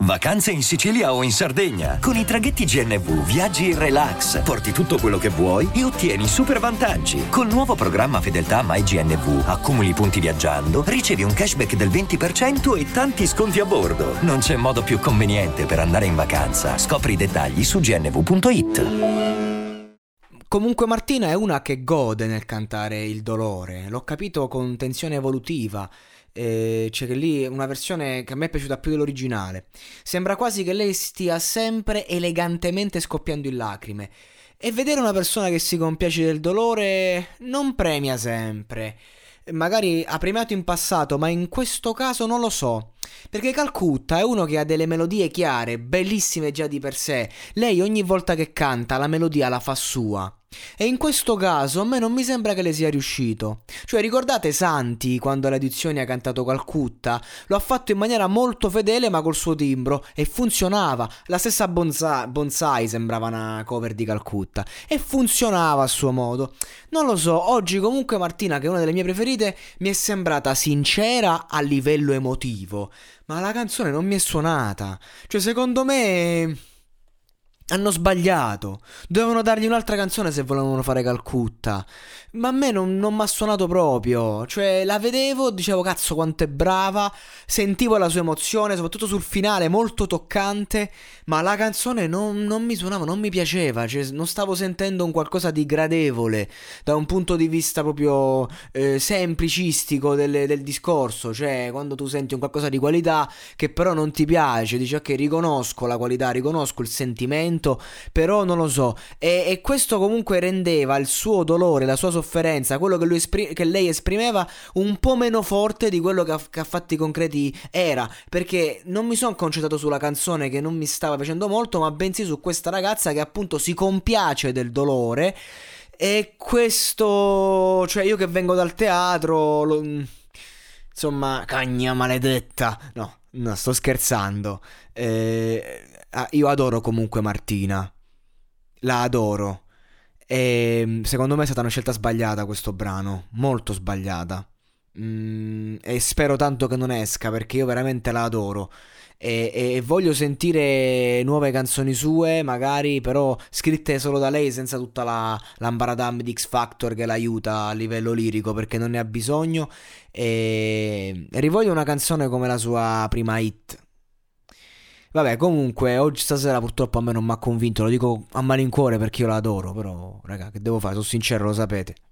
Vacanze in Sicilia o in Sardegna. Con i traghetti GNV viaggi in relax, porti tutto quello che vuoi e ottieni super vantaggi. Col nuovo programma Fedeltà MyGNV accumuli punti viaggiando, ricevi un cashback del 20% e tanti sconti a bordo. Non c'è modo più conveniente per andare in vacanza. Scopri i dettagli su gnv.it. Comunque Martina è una che gode nel cantare il dolore, l'ho capito con tensione evolutiva. C'è che lì una versione che a me è piaciuta più dell'originale. Sembra quasi che lei stia sempre elegantemente scoppiando in lacrime. E vedere una persona che si compiace del dolore non premia sempre. Magari ha premiato in passato, ma in questo caso non lo so. Perché Calcutta è uno che ha delle melodie chiare, bellissime già di per sé. Lei ogni volta che canta la melodia la fa sua. E in questo caso a me non mi sembra che le sia riuscito. Cioè, ricordate Santi quando alle edizioni ha cantato Calcutta? Lo ha fatto in maniera molto fedele ma col suo timbro e funzionava. La stessa Bonsai sembrava una cover di Calcutta e funzionava a suo modo. Non lo so, oggi comunque Martina, che è una delle mie preferite, mi è sembrata sincera a livello emotivo, ma la canzone non mi è suonata. Cioè, secondo me hanno sbagliato. Dovevano dargli un'altra canzone se volevano fare Calcutta. Ma a me non mi ha suonato proprio. Cioè, la vedevo, dicevo cazzo quanto è brava. Sentivo la sua emozione, soprattutto sul finale, molto toccante. Ma la canzone non mi suonava, non mi piaceva. Cioè, non stavo sentendo un qualcosa di gradevole da un punto di vista proprio semplicistico del discorso. Cioè, quando tu senti un qualcosa di qualità che però non ti piace, dici ok, riconosco la qualità, riconosco il sentimento, però non lo so. E questo comunque rendeva il suo dolore, la sua sofferenza, quello che lei esprimeva, un po' meno forte di quello che a fatti concreti era. Perché non mi sono concentrato sulla canzone che non mi stava piacendo molto, ma bensì su questa ragazza che appunto si compiace del dolore. E questo, cioè io che vengo dal teatro, insomma, cagna maledetta. No, sto scherzando. Io adoro comunque Martina. La adoro. E secondo me è stata una scelta sbagliata questo brano. Molto sbagliata. E spero tanto che non esca, perché io veramente la adoro. E voglio sentire nuove canzoni sue, magari però scritte solo da lei, senza tutta l'ambaradam di X Factor che l'aiuta a livello lirico, perché non ne ha bisogno. E rivoglio una canzone come la sua prima hit. Vabbè, comunque oggi stasera purtroppo a me non mi ha convinto, lo dico a malincuore perché io la adoro, però raga, che devo fare, sono sincero, lo sapete.